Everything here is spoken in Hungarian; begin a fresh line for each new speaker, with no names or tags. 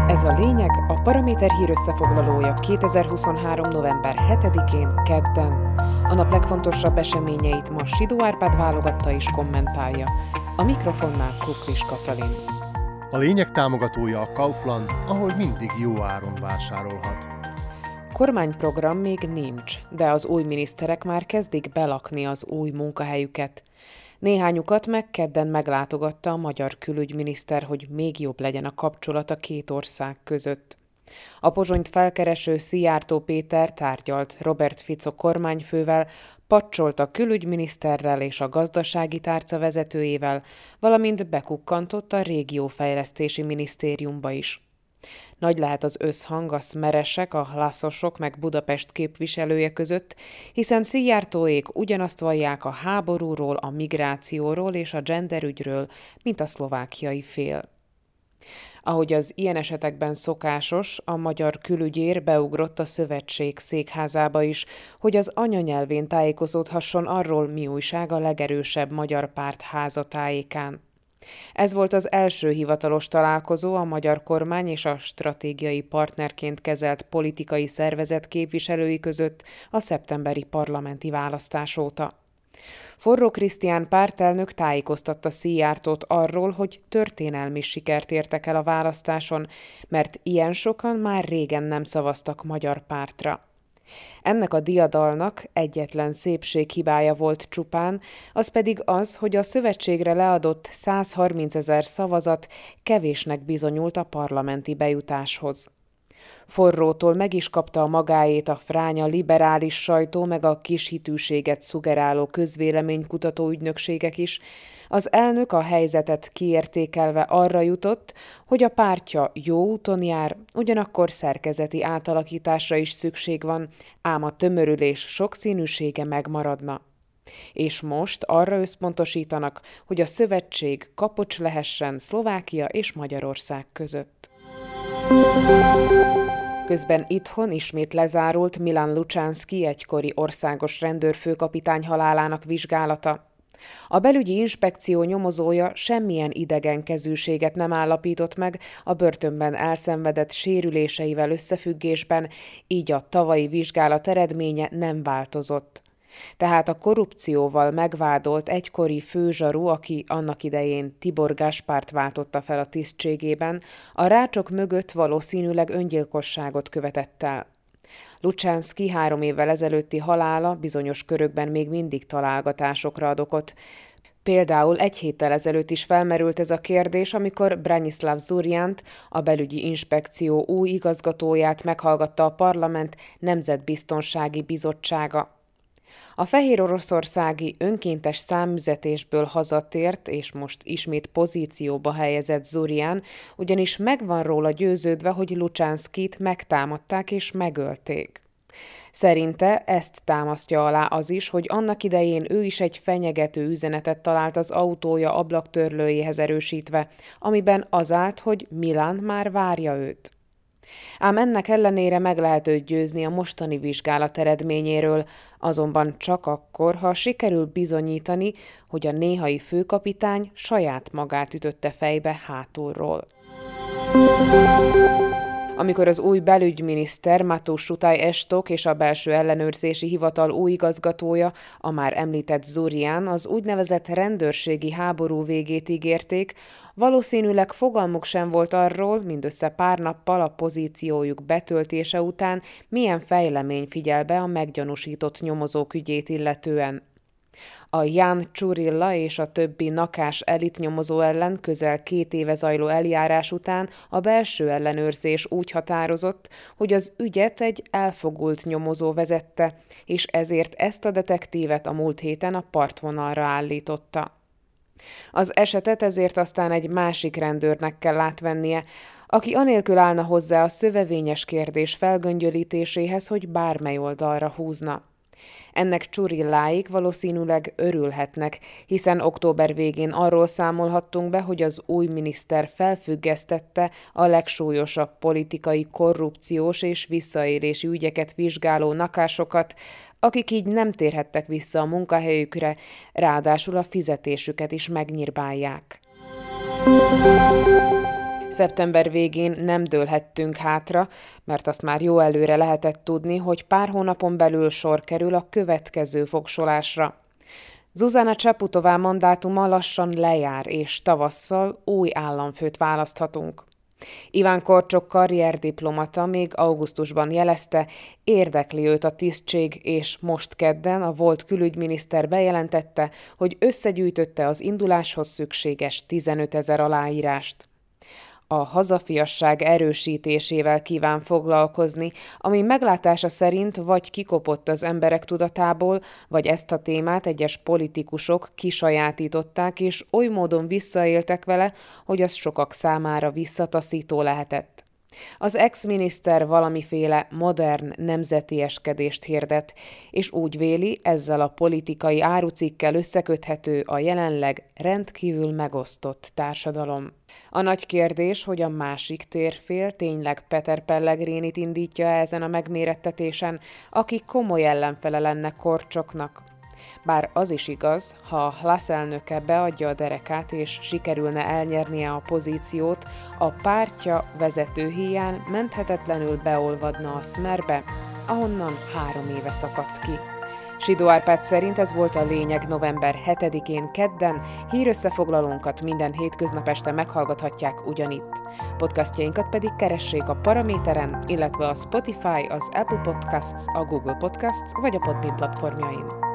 Ez a lényeg, a Paraméter hír összefoglalója 2023. november 7-én, kedden. A nap legfontosabb eseményeit ma Sidó Árpád válogatta és kommentálja. A mikrofonnál Kuklis Katalin.
A lényeg támogatója a Kaufland, ahol mindig jó áron vásárolhat.
Kormányprogram még nincs, de az új miniszterek már kezdik belakni az új munkahelyüket. Néhányukat meg kedden meglátogatta a magyar külügyminiszter, hogy még jobb legyen a kapcsolat a két ország között. A Pozsonyt felkereső Szijjártó Péter tárgyalt Robert Fico kormányfővel, pacsolt a külügyminiszterrel és a gazdasági tárca vezetőjével, valamint bekukkantott a régiófejlesztési minisztériumba is. Nagy lehet az összhang a szmeresek, a hlaszosok meg Budapest képviselője között, hiszen Szijjártóék ugyanazt vallják a háborúról, a migrációról és a genderügyről, mint a szlovákiai fél. Ahogy az ilyen esetekben szokásos, a magyar külügyér beugrott a szövetség székházába is, hogy az anyanyelvén tájékozódhasson arról, mi újság a legerősebb magyar párt házatájékán. Ez volt az első hivatalos találkozó a magyar kormány és a stratégiai partnerként kezelt politikai szervezet képviselői között a szeptemberi parlamenti választás óta. Forró Krisztián pártelnök tájékoztatta Szijjártót arról, hogy történelmi sikert értek el a választáson, mert ilyen sokan már régen nem szavaztak magyar pártra. Ennek a diadalnak egyetlen szépséghibája volt csupán, az pedig az, hogy a szövetségre leadott 130 000 szavazat kevésnek bizonyult a parlamenti bejutáshoz. Forrótól meg is kapta a magáét a fránya liberális sajtó meg a kis hitűséget szuggeráló közvéleménykutató ügynökségek is. Az elnök a helyzetet kiértékelve arra jutott, hogy a pártja jó úton jár, ugyanakkor szerkezeti átalakításra is szükség van, ám a tömörülés sokszínűsége megmaradna. És most arra összpontosítanak, hogy a szövetség kapocs lehessen Szlovákia és Magyarország között. Közben itthon ismét lezárult Milan Lucsánszky egykori országos rendőrfőkapitány halálának vizsgálata. A belügyi inspekció nyomozója semmilyen idegenkezűséget nem állapított meg a börtönben elszenvedett sérüléseivel összefüggésben, így a tavalyi vizsgálat eredménye nem változott. Tehát a korrupcióval megvádolt egykori főzsaru, aki annak idején Tibor Gaspárt váltotta fel a tisztségében, a rácsok mögött valószínűleg öngyilkosságot követett el. Lucsánszky 3 évvel ezelőtti halála bizonyos körökben még mindig találgatásokra ad okot. Például 1 héttel ezelőtt is felmerült ez a kérdés, amikor Branislav Zurjant, a belügyi inspekció új igazgatóját meghallgatta a parlament Nemzetbiztonsági Bizottsága. A fehéroroszországi önkéntes számüzetésből hazatért és most ismét pozícióba helyezett Zurjan, ugyanis meg van róla győződve, hogy Lucsánszkyt megtámadták és megölték. Szerinte ezt támasztja alá az is, hogy annak idején ő is egy fenyegető üzenetet talált az autója ablaktörlőjéhez erősítve, amiben az állt, hogy Milan már várja őt. Ám ennek ellenére meg lehet őt győzni a mostani vizsgálat eredményéről, azonban csak akkor, ha sikerül bizonyítani, hogy a néhai főkapitány saját magát ütötte fejbe hátulról. Amikor az új belügyminiszter Mateusz Sutaj Estok és a belső ellenőrzési hivatal új igazgatója, a már említett Zurján az úgynevezett rendőrségi háború végét ígérték, valószínűleg fogalmuk sem volt arról, mindössze pár nappal a pozíciójuk betöltése után milyen fejlemény figyel be a meggyanúsított nyomozók ügyét illetően. A Jan Csurilla és a többi nakás elitnyomozó ellen közel 2 éve zajló eljárás után a belső ellenőrzés úgy határozott, hogy az ügyet egy elfogult nyomozó vezette, és ezért ezt a detektívet a múlt héten a partvonalra állította. Az esetet ezért aztán egy másik rendőrnek kell átvennie, aki anélkül állna hozzá a szövevényes kérdés felgöngyölítéséhez, hogy bármely oldalra húzna. Ennek Csurilláik valószínűleg örülhetnek, hiszen október végén arról számolhattunk be, hogy az új miniszter felfüggesztette a legsúlyosabb politikai, korrupciós és visszaélési ügyeket vizsgáló nakásokat, akik így nem térhettek vissza a munkahelyükre, ráadásul a fizetésüket is megnyírbálják. Szeptember végén nem dőlhettünk hátra, mert azt már jó előre lehetett tudni, hogy pár hónapon belül sor kerül a következő fogsolásra. Zuzana Csaputová mandátuma lassan lejár, és tavasszal új államfőt választhatunk. Iván Korcsok karrierdiplomata még augusztusban jelezte, érdekli őt a tisztség, és most kedden a volt külügyminiszter bejelentette, hogy összegyűjtötte az induláshoz szükséges 15 000 aláírást. A hazafiasság erősítésével kíván foglalkozni, ami meglátása szerint vagy kikopott az emberek tudatából, vagy ezt a témát egyes politikusok kisajátították, és oly módon visszaéltek vele, hogy az sokak számára visszataszító lehetett. Az ex-miniszter valamiféle modern nemzetieskedést hirdet, és úgy véli, ezzel a politikai árucikkel összeköthető a jelenleg rendkívül megosztott társadalom. A nagy kérdés, hogy a másik térfél tényleg Peter Pellegrinit indítja ezen a megmérettetésen, aki komoly ellenfele lenne Korcsoknak. Bár az is igaz, ha a HLASZ elnöke beadja a derekát és sikerülne elnyernie a pozíciót, a pártja vezetőhíján menthetetlenül beolvadna a Smerbe, ahonnan 3 éve szakadt ki. Sidó Árpád szerint ez volt a lényeg november 7-én kedden, hírösszefoglalónkat minden hétköznap este meghallgathatják ugyanitt. Podcastjainkat pedig keressék a Paraméteren, illetve a Spotify, az Apple Podcasts, a Google Podcasts vagy a Podbean platformjain.